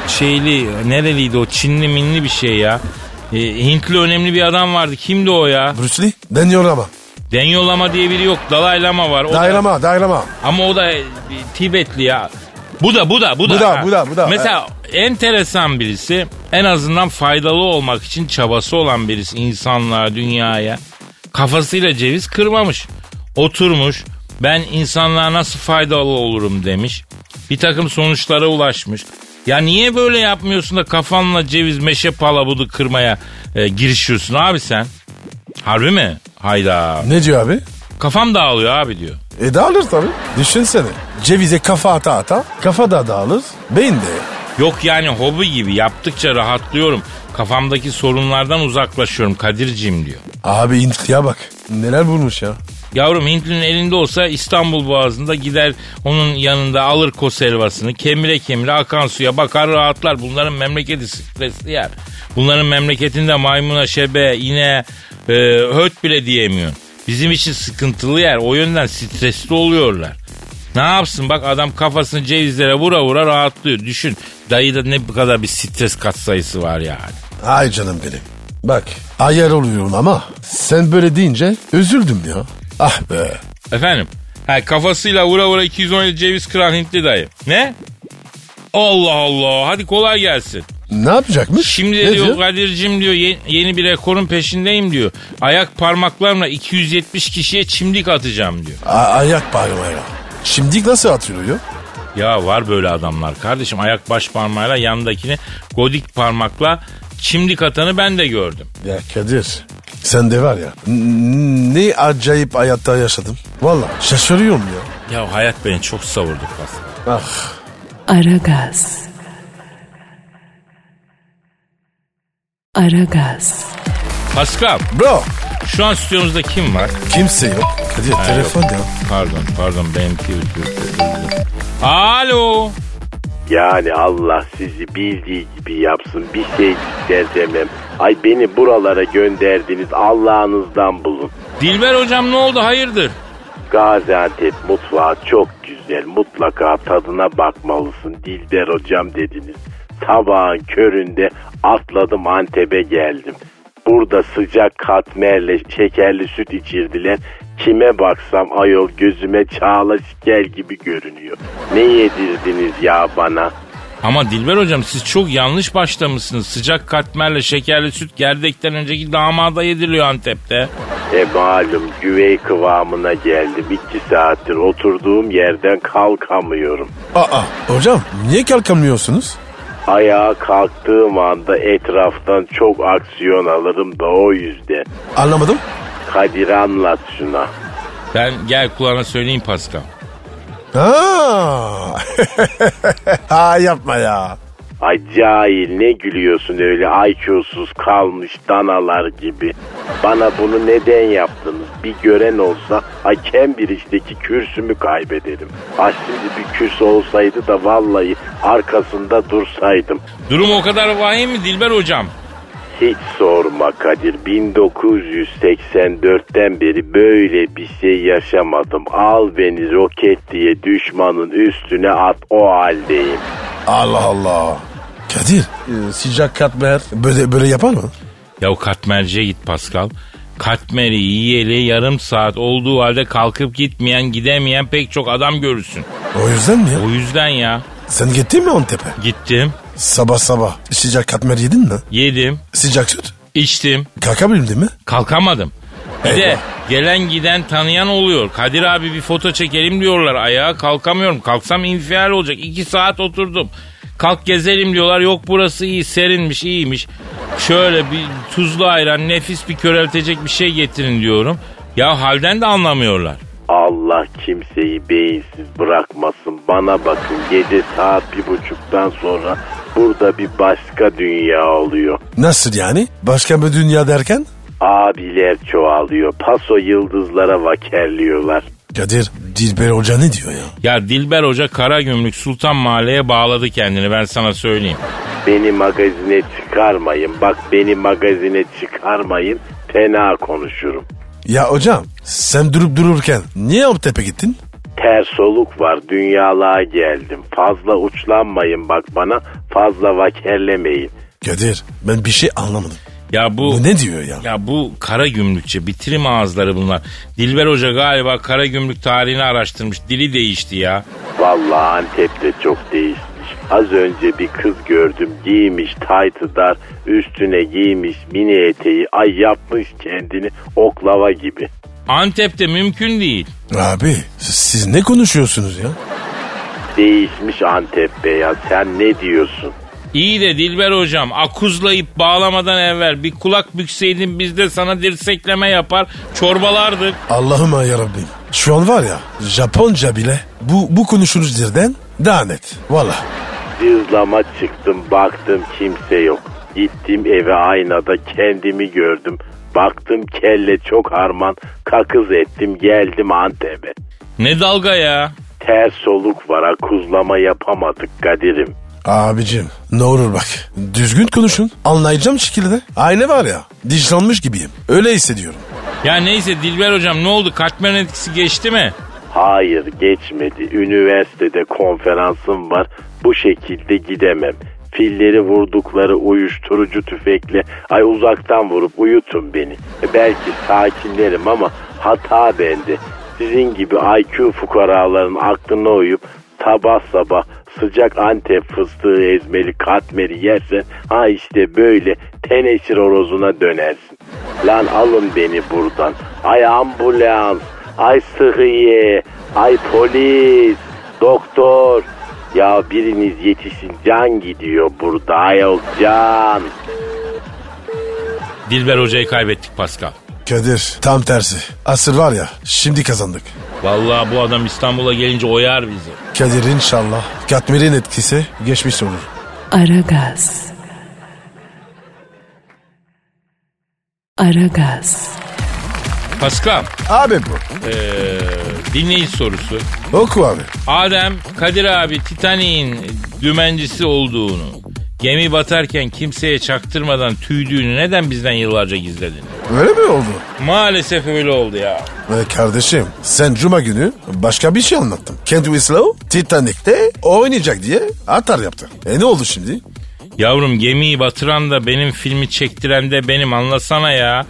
şeyli, nereliydi o, Çinli minli bir şey ya. E, Hintli önemli bir adam vardı. Kimdi o ya? Bruce Lee. Deniyor ama. Daniel Lama diye biri yok. Dalai Lama var. O Dalai da, Lama, Dalai Lama. ama o da e, Tibetli ya. Bu da bu da bu da. Bu da, ha. bu da, bu da. Mesela enteresan birisi, en azından faydalı olmak için çabası olan birisi insanlığa, dünyaya. Kafasıyla ceviz kırmamış. Oturmuş, ben insanlığa nasıl faydalı olurum demiş. Bir takım sonuçlara ulaşmış. Ya niye böyle yapmıyorsun da kafanla ceviz, meşe palabudu kırmaya e, girişiyorsun abi sen? Harbi mi? Hayda. Ne diyor abi? Kafam dağılıyor abi diyor. E dağılır tabii. Düşünsene. Cevize kafa ata ata. Kafa da dağılır. Beyin de. Yok yani hobi gibi yaptıkça rahatlıyorum. Kafamdaki sorunlardan uzaklaşıyorum Kadir'cim diyor. Abi Hintli'ye bak. Neler bulmuş ya. Yavrum Hintli'nin elinde olsa İstanbul Boğazı'nda gider onun yanında alır kos helvasını, kemire kemire akan suya bakar rahatlar. Bunların memleketi stresli yer. Bunların memleketinde maymuna, şebe, iğne, e, höt bile diyemiyorsun. Bizim için sıkıntılı yer. O yönden stresli oluyorlar. Ne yapsın bak, adam kafasını cevizlere vura vura rahatlıyor. Düşün dayıda ne kadar bir stres katsayısı var yani. Ay canım benim. Bak ayar oluyorum ama sen böyle deyince üzüldüm ya. Ah be. Efendim? Ha, kafasıyla vura vura iki yüz on yedi ceviz kıran Hintli dayı. Ne? Allah Allah. Hadi kolay gelsin. Ne yapacakmış? Şimdi de ne diyor, diyor Kadir'cim diyor ye- yeni bir rekorun peşindeyim diyor. Ayak parmaklarımla iki yüz yetmiş kişiye çimdik atacağım diyor. A- ayak parmağıyla. Şimdi nasıl atıyor? Ya var böyle adamlar kardeşim. Ayak baş parmağıyla yanındakini godik parmakla çimdik atanı ben de gördüm. Ya Kadir sen de var ya n- ne acayip hayatta yaşadım. Valla şaşırıyorum ya. Ya hayat beni çok savurdu Pascal. Ah. Aragaz. Aragaz. Pascal, Bro. şu an stüdyomuzda kim var? Kimse yok. Kadir Ha, telefon yok. ya. Pardon pardon benimki. Alo. Yani Allah sizi bildiği gibi yapsın, bir şey ister demem. Ay beni buralara gönderdiniz, Allah'ınızdan bulun. Dilber hocam ne oldu, hayırdır? Gaziantep mutfağı çok güzel, mutlaka tadına bakmalısın Dilber hocam dediniz. Sabahın köründe atladım Antep'e geldim. Burada sıcak katmerle şekerli süt içirdiler. Kime baksam ayol gözüme Çağla Şikel gibi görünüyor. Ne yedirdiniz ya bana? Ama Dilber hocam siz çok yanlış başlamışsınız. Sıcak katmerle şekerli süt gerdekten önceki damada yediriliyor Antep'te. E malum güvey kıvamına geldim. İki saattir oturduğum yerden kalkamıyorum. Aa hocam niye kalkamıyorsunuz? Ayağa kalktığım anda etraftan çok aksiyon alırım da o yüzden. Anlamadım. Kadir anlat şuna. Ben gel kulağına söyleyeyim Pascal. Aa. Aa yapma ya. Ay cahil ne gülüyorsun öyle I Q'suz kalmış danalar gibi. Bana bunu neden yaptınız? Bir gören olsa ay Cambridge'deki kürsümü kaybederim. Ay şimdi bir kürs olsaydı da vallahi arkasında dursaydım. Durum o kadar vahim mi Dilber hocam? Hiç sorma Kadir. bin dokuz yüz seksen dörtten beri böyle bir şey yaşamadım. Al beni roket diye düşmanın üstüne at, o haldeyim. Allah Allah. Kadir e, sıcak katmer böyle, böyle yapar mı? Ya o katmerciye git Pascal. Katmeri yiyeli yarım saat olduğu halde kalkıp gitmeyen, gidemeyen pek çok adam görürsün. O yüzden mi ya? O yüzden ya. Sen gittin mi Antep'e? Gittim, Sabah sabah sıcak katmer yedin mi? yedim, Sıcak süt. içtim, Kalkabildin mi? kalkamadım. Bir de Eyvah. gelen giden tanıyan oluyor. Kadir abi bir foto çekelim diyorlar. Ayağa kalkamıyorum. Kalksam infial olacak. İki saat oturdum. Kalk gezelim diyorlar. Yok burası iyi, serinmiş, iyiymiş. Şöyle bir tuzlu ayran, nefis bir köreltecek bir şey getirin diyorum. Ya halden de anlamıyorlar. Allah kimseyi beyinsiz bırakmasın. Bana bakın, gece saat bir buçuktan sonra burada bir başka dünya oluyor. Nasıl yani? Başka bir dünya derken? Abiler çoğalıyor. Paso yıldızlara vakerliyorlar. Kadir Dilber Hoca ne diyor ya? Ya Dilber Hoca Karagümrük Sultan Mahalle'ye bağladı kendini, ben sana söyleyeyim. Beni magazine çıkarmayın. Bak beni magazine çıkarmayın. Fena konuşurum. Ya hocam sen durup dururken niye Antep'e gittin? Ters soluk var, dünyalığa geldim. Fazla uçlanmayın bak bana, fazla vakerlemeyin. Kadir, ben bir şey anlamadım. Ya bu, bu ne diyor ya? Ya bu kara gümrükçe bitirim ağızları bunlar. Dilber Hoca galiba kara gümrük tarihini araştırmış. Dili değişti ya. Vallahi Antep'te çok değişmiş. Az önce bir kız gördüm, giymiş taytı dar, üstüne giymiş mini eteği, ay yapmış kendini oklava gibi. Antep'te mümkün değil. Abi siz ne konuşuyorsunuz ya? Değişmiş Antep be ya, sen ne diyorsun? İyi de Dilber hocam, akuzlayıp bağlamadan evvel bir kulak bükseydin, biz de sana dirsekleme yapar çorbalardık. Allah'ım yarabbim. Şu an var ya, Japonca bile bu, bu konuşulur dirden daha net. Valla. Cızlama çıktım, baktım kimse yok. Gittim eve, aynada kendimi gördüm. Baktım kelle çok harman, kakız ettim, geldim Antep'e. Ne dalga ya? Ters soluk var, akuzlama yapamadık Kadir'im. Abicim ne olur bak, düzgün konuşun, anlayacağım şekilde. Aynı var ya, dişlanmış gibiyim, öyle hissediyorum. Ya neyse Dilber hocam, ne oldu, katmer etkisi geçti mi? Hayır, geçmedi. Üniversitede konferansım var, bu şekilde gidemem. Filleri vurdukları uyuşturucu tüfekle ay uzaktan vurup uyutun beni. E belki sakinlerim ama hata bende. Sizin gibi I Q fukaraların aklına uyup sabah sabah sıcak Antep fıstığı ezmeli katmeri yersen, ha işte böyle teneşir horozuna dönersin. Lan alın beni buradan. Ay ambulans, ay sıhhiye, ay polis, doktor. Ya biriniz yetişin, can gidiyor burada ayol, can. Dilber hocayı kaybettik Pascal. Kadir tam tersi. Asır var ya, şimdi kazandık. Vallahi bu adam İstanbul'a gelince oyar bizi. Kadir inşallah katmerin etkisi geçmiş olur. Aragaz. Aragaz. Pascal. Abi bu. Ee, dinleyici sorusu. Oku abi. Adem, Kadir abi Titanic'in dümencisi olduğunu, gemi batarken kimseye çaktırmadan tüydüğünü neden bizden yıllarca gizledin? Öyle mi oldu? Maalesef öyle oldu ya. Ee, kardeşim sen cuma günü başka bir şey anlattın. Kent Winslow Titanic'te oynayacak diye atar yaptı. E ne oldu şimdi? Yavrum, gemiyi batıran da benim, filmi çektiren de benim, anlasana ya.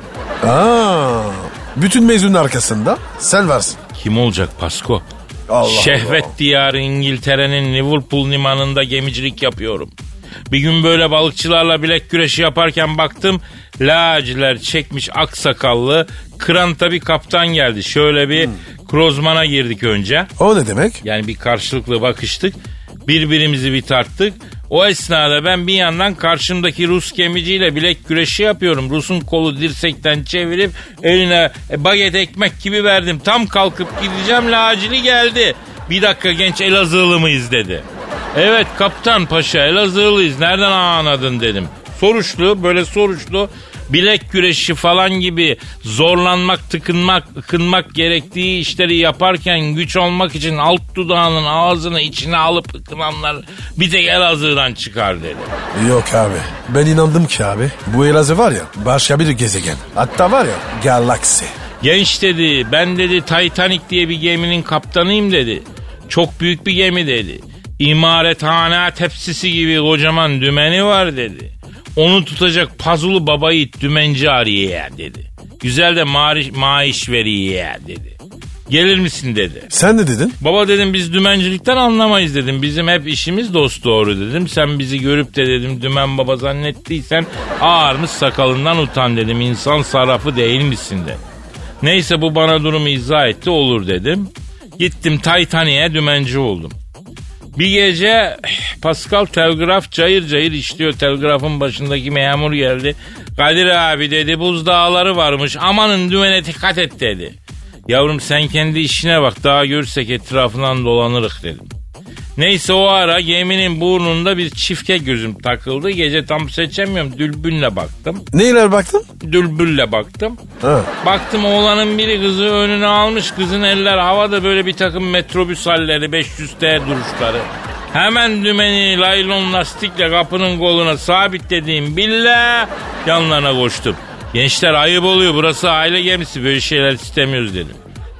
Aa, bütün mezunun arkasında sen varsın. Kim olacak Pasko? Allah Şehvet Allah. diyarı İngiltere'nin Liverpool limanında gemicilik yapıyorum. Bir gün böyle balıkçılarla bilek güreşi yaparken baktım, laciler çekmiş aksakallı kıranta bir kaptan geldi. Şöyle bir hmm. krozmana girdik önce. O ne demek? Yani bir karşılıklı bakıştık. Birbirimizi bir tarttık. O esnada ben bir yandan karşımdaki Rus gemiciyle bilek güreşi yapıyorum. Rus'un kolu dirsekten çevirip eline baget ekmek gibi verdim. Tam kalkıp gideceğim, lacili geldi. Bir dakika genç, Elazığlı mıyız dedi. Evet kaptan paşa, Elazığlıyız, nereden anladın dedim. Soruştu, böyle soruştu. Bilek güreşi falan gibi zorlanmak, tıkınmak, ıkınmak gerektiği işleri yaparken güç olmak için alt dudağının ağzını içine alıp ıkınanlar bir tek Elazığ'dan çıkar dedi. Yok abi, ben inandım ki abi bu Elazığ var ya başka bir gezegen. Hatta var ya galaksi. Genç dedi, ben dedi Titanic diye bir geminin kaptanıyım dedi. Çok büyük bir gemi dedi. İmarethane tepsisi gibi kocaman dümeni var dedi. Onu tutacak pazulu baba yiğit dümenci arıyor dedi. Güzel de maaş, maaş veriyor dedi. Gelir misin dedi. Sen ne dedin? Baba dedim, biz dümencilikten anlamayız dedim. Bizim hep işimiz dost doğru dedim. Sen bizi görüp de dedim dümen baba zannettiysen ağarmış sakalından utan dedim. İnsan sarrafı değil misin dedim. Neyse bu bana durumu izah etti, olur dedim. Gittim Titanic'e dümenci oldum. Bir gece Pascal telgraf cayır cayır işliyor. Telgrafın başındaki memur geldi. Kadir abi dedi, buzdağları varmış, amanın dümene dikkat et dedi. Yavrum sen kendi işine bak, daha görürsek etrafından dolanırık dedim. Neyse o ara geminin burnunda bir çifte gözüm takıldı. Gece tam seçemiyorum, dürbünle baktım. Neyle baktın? Dürbünle baktım. Ha. Baktım oğlanın biri kızı önüne almış. Kızın eller havada, böyle bir takım metrobüs halleri, beş yüz T duruşları. Hemen dümeni laylon lastikle kapının koluna sabitlediğim billah yanlarına koştum. Gençler ayıp oluyor, burası aile gemisi, böyle şeyler istemiyoruz dedim.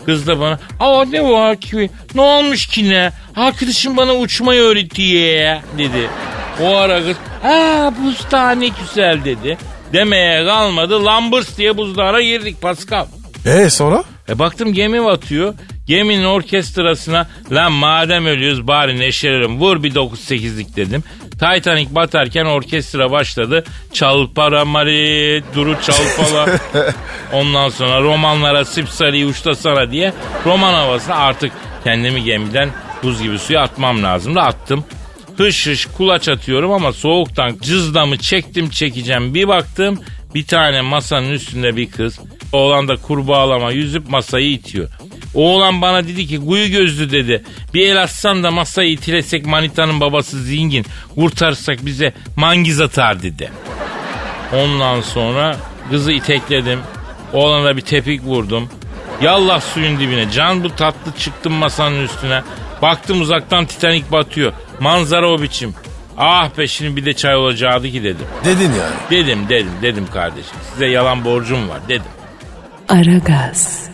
Kız da bana aa ne var ki? Ne olmuş ki ne? Arkadaşım bana uçmayı öğretti ya dedi. O ara kız aa buzdağı ne güzel dedi. Demeye kalmadı lambırs diye buzdağına girdik Pascal. Eee sonra? E baktım gemi batıyor. Geminin orkestrasına lan madem ölüyoruz bari neşelerim vur bir dokuz sekizlik dedim. Titanic batarken orkestra başladı. Çalpara mari duru çalpala. Ondan sonra romanlara sipsari uçtasana diye roman havasına artık kendimi gemiden buz gibi suya atmam lazım da attım. Hış hış kulaç atıyorum ama soğuktan cızdamı çektim çekeceğim. Bir baktım bir tane masanın üstünde bir kız. Oğlan da kurbağalama yüzüp masayı itiyor. Oğlan bana dedi ki kuyu gözlü dedi. Bir el atsan da masayı itilesek manitanın babası zengin. Kurtarırsak bize mangiz atar dedi. Ondan sonra kızı itekledim. Oğlana bir tepik vurdum. Yallah suyun dibine. Can bu tatlı çıktım masanın üstüne. Baktım uzaktan Titanic batıyor. Manzara o biçim. Ah be şimdi bir de çay olacaktı ki dedim. Dedin yani. Dedim dedim dedim kardeşim. Size yalan borcum var dedim. Aragaz.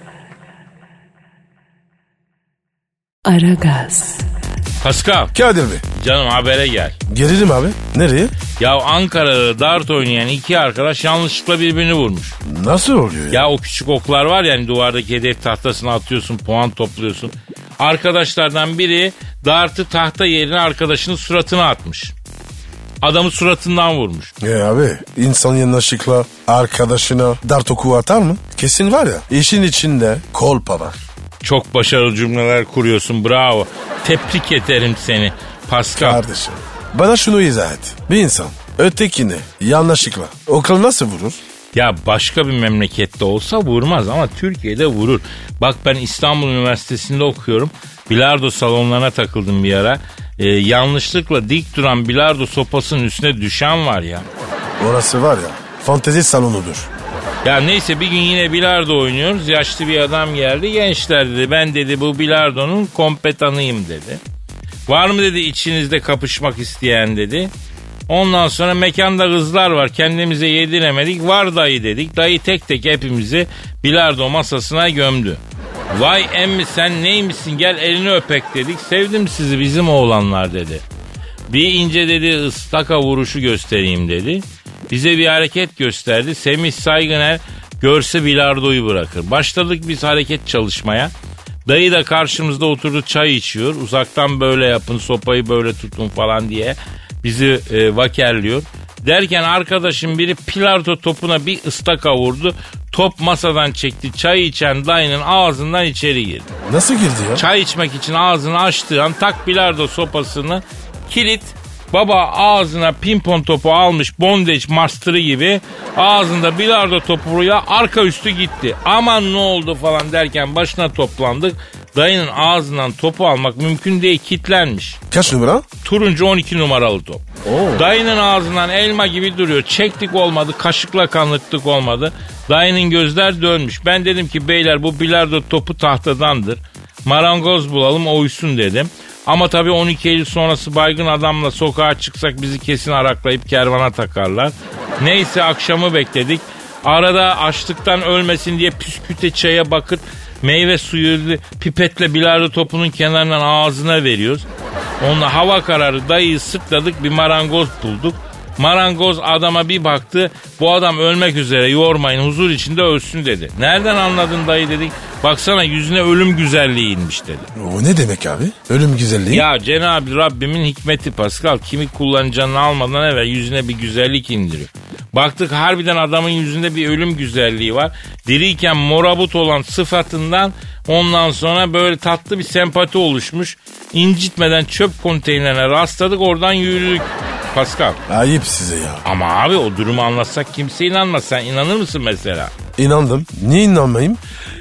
Aragaz. Pascal. Kadir Bey. Canım habere gel. Gelelim abi. Nereye? Ya Ankara'da dart oynayan iki arkadaş yanlışlıkla birbirini vurmuş. Nasıl oluyor ya? Ya o küçük oklar var ya hani duvardaki hedef tahtasına atıyorsun puan topluyorsun. Arkadaşlardan biri dartı tahta yerine arkadaşının suratına atmış. Adamı suratından vurmuş. Ya abi insan yanlışlıkla arkadaşına dart oku atar mı? Kesin var ya işin içinde kolpa var. Çok başarılı cümleler kuruyorsun bravo. Tebrik ederim seni Pascal. Kardeşim bana şunu izah et. Bir insan ötekini yanlışlıkla okul nasıl vurur? Ya başka bir memlekette olsa vurmaz ama Türkiye'de vurur. Bak ben İstanbul Üniversitesi'nde okuyorum. Bilardo salonlarına takıldım bir ara. Ee, yanlışlıkla dik duran bilardo sopasının üstüne düşen var ya. Orası var ya fantezi salonudur. Ya neyse bir gün yine bilardo oynuyoruz. Yaşlı bir adam geldi. Gençler dedi ben dedi bu bilardonun kompetanıyım dedi. Var mı dedi içinizde kapışmak isteyen dedi. Ondan sonra mekanda kızlar var kendimize yediremedik. Var dayı dedik. Dayı tek tek hepimizi bilardo masasına gömdü. Vay emmi sen neymişsin gel elini öpek dedik. Sevdim sizi bizim oğlanlar dedi. Bir ince dedi ıstaka vuruşu göstereyim dedi. Bize bir hareket gösterdi. Semih Saygıner görse bilardoyu bırakır. Başladık biz hareket çalışmaya. Dayı da karşımızda oturdu çay içiyor. Uzaktan böyle yapın sopayı böyle tutun falan diye bizi e, vakerliyor. Derken arkadaşım biri bilardo topuna bir ıstaka vurdu. Top masadan çekti. Çay içen dayının ağzından içeri girdi. Nasıl girdi ya? Çay içmek için ağzını açtığı an tak bilardo sopasını kilit. Baba ağzına pimpon topu almış bondage master'ı gibi ağzında bilardo topuyla arka üstü gitti. Aman ne oldu falan derken başına toplandık. Dayının ağzından topu almak mümkün değil kilitlenmiş. Kaç numara? Turuncu on iki numaralı top. Oo. Dayının ağzından elma gibi duruyor. Çektik olmadı kaşıkla kanırttık olmadı. Dayının gözler dönmüş. Ben dedim ki beyler bu bilardo topu tahtadandır. Marangoz bulalım o uysun dedim. Ama tabii on iki Eylül sonrası baygın adamla sokağa çıksak bizi kesin araklayıp kervana takarlar. Neyse akşamı bekledik. Arada açlıktan ölmesin diye püsküte çaya bakıp meyve suyu pipetle bilardo topunun kenarından ağzına veriyoruz. Onunla hava kararı dayıyı sırtladık bir marangoz bulduk. Marangoz adama bir baktı. Bu adam ölmek üzere yormayın huzur içinde ölsün dedi. Nereden anladın dayı dedik. Baksana yüzüne ölüm güzelliği inmiş dedi. O ne demek abi? Ölüm güzelliği? Ya Cenab-ı Rabbimin hikmeti Pascal. Kimi kullanacağını almadan evvel yüzüne bir güzellik indiriyor. Baktık harbiden adamın yüzünde bir ölüm güzelliği var. Diriyken morabut olan sıfatından ondan sonra böyle tatlı bir sempati oluşmuş. İncitmeden çöp konteynerine rastladık oradan yürüdük. Pascal. Ayıp size ya. Ama abi o durumu anlatsak kimse inanmaz. Sen inanır mısın mesela? İnandım. Niye inanmayayım?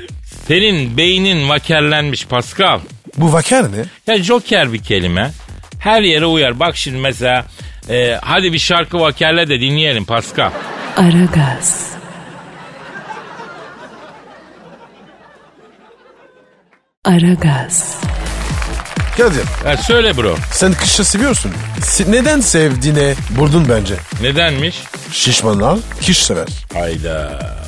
Senin beynin vakerlenmiş Pascal. Bu vaker ne? Ya joker bir kelime. Her yere uyar. Bak şimdi mesela e, hadi bir şarkı vakerle de dinleyelim Pascal. Aragaz. Aragaz. Kadir. Ya söyle bro. Sen kışı seviyorsun. Se- neden sevdiğine buldun bence. Nedenmiş? Şişmanlar kış sever. Hayda.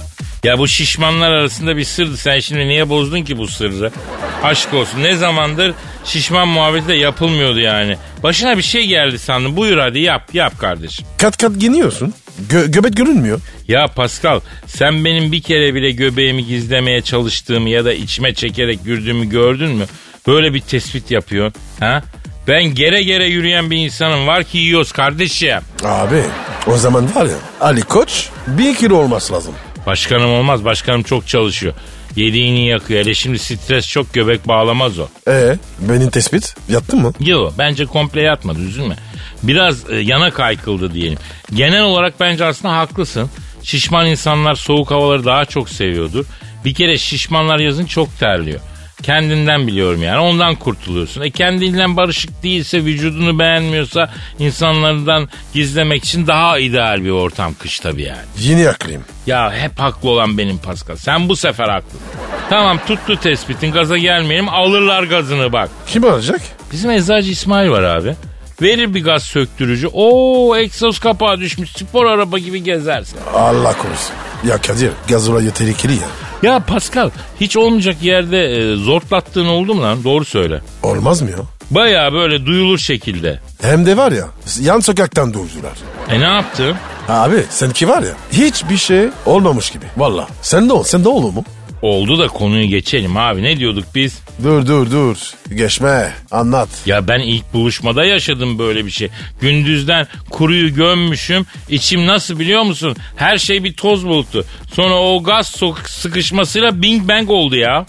Ya bu şişmanlar arasında bir sırdı. Sen şimdi niye bozdun ki bu sırrı? Aşk olsun. Ne zamandır şişman muhabbeti de yapılmıyordu yani. Başına bir şey geldi sandım. Buyur hadi yap yap kardeşim. Kat kat giyiniyorsun. Gö- göbek görünmüyor. Ya Pascal, sen benim bir kere bile göbeğimi gizlemeye çalıştığımı ya da içime çekerek yürüdüğümü gördün mü? Böyle bir tespit yapıyorsun. Ha? Ben gere gere yürüyen bir insanım. Var ki yiyoruz kardeşim. Abi o zaman var ya Ali Koç bir kilo olması lazım. Başkanım olmaz. Başkanım çok çalışıyor. Yediğini yakıyor. Hele şimdi stres çok, göbek bağlamaz o. Ee, benim tespit yattın mı? Yok, bence komple yatmadı, üzülme. Biraz e, yana kaykıldı diyelim. Genel olarak bence aslında haklısın. Şişman insanlar soğuk havaları daha çok seviyordur. Bir kere şişmanlar yazın çok terliyor. Kendinden biliyorum yani, ondan kurtuluyorsun. E kendinden barışık değilse, vücudunu beğenmiyorsa insanlardan gizlemek için daha ideal bir ortam kış tabii yani. Yeni haklıyım. Ya hep haklı olan benim Pascal. Sen bu sefer haklısın. Tamam, tuttu tespitin, gaza gelmeyelim, alırlar gazını bak. Kim alacak? Bizim eczacı İsmail var abi. Verir bir gaz söktürücü. Oo, egzoz kapağı düşmüş, spor araba gibi gezersin. Allah korusun. Ya Kadir gaz olayı tehlikeli ya. Ya Pascal, hiç olmayacak yerde e, zortlattığın oldu mu lan? Doğru söyle. Olmaz mı ya? Bayağı böyle duyulur şekilde. Hem de var ya yan sokaktan dövdüler. E ne yaptın? Abi seninki var ya hiçbir şey olmamış gibi. Valla. Sen de ol. Sen de olur mu? Oldu da konuyu geçelim abi. Ne diyorduk biz? Dur dur dur. Geçme. Anlat. Ya ben ilk buluşmada yaşadım böyle bir şey. Gündüzden kuruyu gömmüşüm. İçim nasıl biliyor musun? Her şey bir toz bulutu. Sonra o gaz sok- sıkışmasıyla bing bang oldu ya.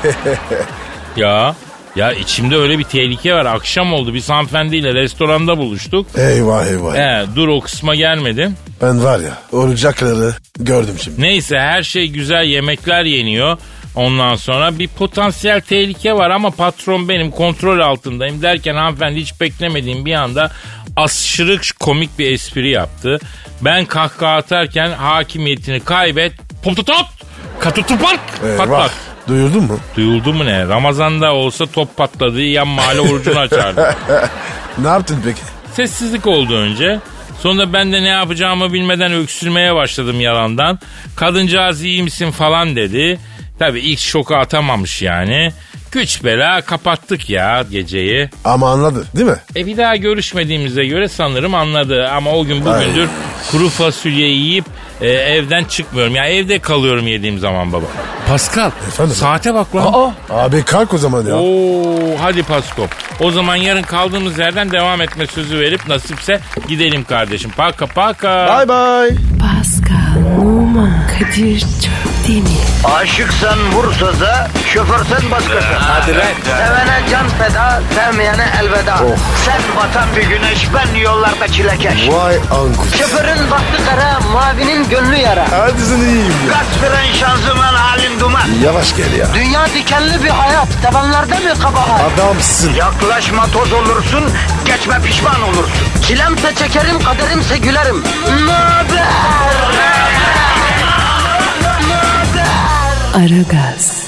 ya. Ya içimde öyle bir tehlike var. Akşam oldu. Biz hanımefendiyle restoranda buluştuk. Eyvah eyvah. He, dur o kısma gelmedim. Ben var ya olacakları gördüm şimdi. Neyse, her şey güzel, yemekler yeniyor. Ondan sonra bir potansiyel tehlike var ama patron benim, kontrol altındayım derken hanımefendi hiç beklemediğim bir anda aşırı komik bir espri yaptı. Ben kahkaha atarken hakimiyetini kaybet. Poptotot! Katutupak! Patlak. Duyurdun mu? Duyuldu mu ne? Ramazan'da olsa top patladığı yan mahalle orucunu açardı. Ne yaptın peki? Sessizlik oldu önce. Sonra ben de ne yapacağımı bilmeden öksürmeye başladım yalandan. Kadıncağız iyi misin falan dedi. Tabii ilk şoku atamamış yani. Güç bela kapattık ya geceyi. Ama anladı değil mi? E bir daha görüşmediğimize göre sanırım anladı. Ama o gün bugündür Ay. kuru fasulye yiyip e, evden çıkmıyorum. Yani evde kalıyorum yediğim zaman baba. Pascal, efendim? Saate bak lan. Aa, abi kalk o zaman ya. Oo, hadi Paskop. O zaman yarın kaldığımız yerden devam etme sözü verip nasipse gidelim kardeşim. Paka paka. Bye bye. Pascal, Oman, Kadir çok değil mi? Aşıksan vursa da, şoförsen başkasın. Hadi lan. Sevene can feda, sevmeyene elveda. Oh. Sen batan bir güneş, ben yollarda çilekeş. Vay anku. Şoförün baktı kara, mavinin gönlü yara. Hadi sen iyiyim ya. Kasperen şanzıman halin duman. Yavaş gel ya. Dünya dikenli bir hayat, sevenlerde mi kabahar? Adamsın. Yaklaşma toz olursun, geçme pişman olursun. Çilemse çekerim, kaderimse gülerim. Möber! Aragaz.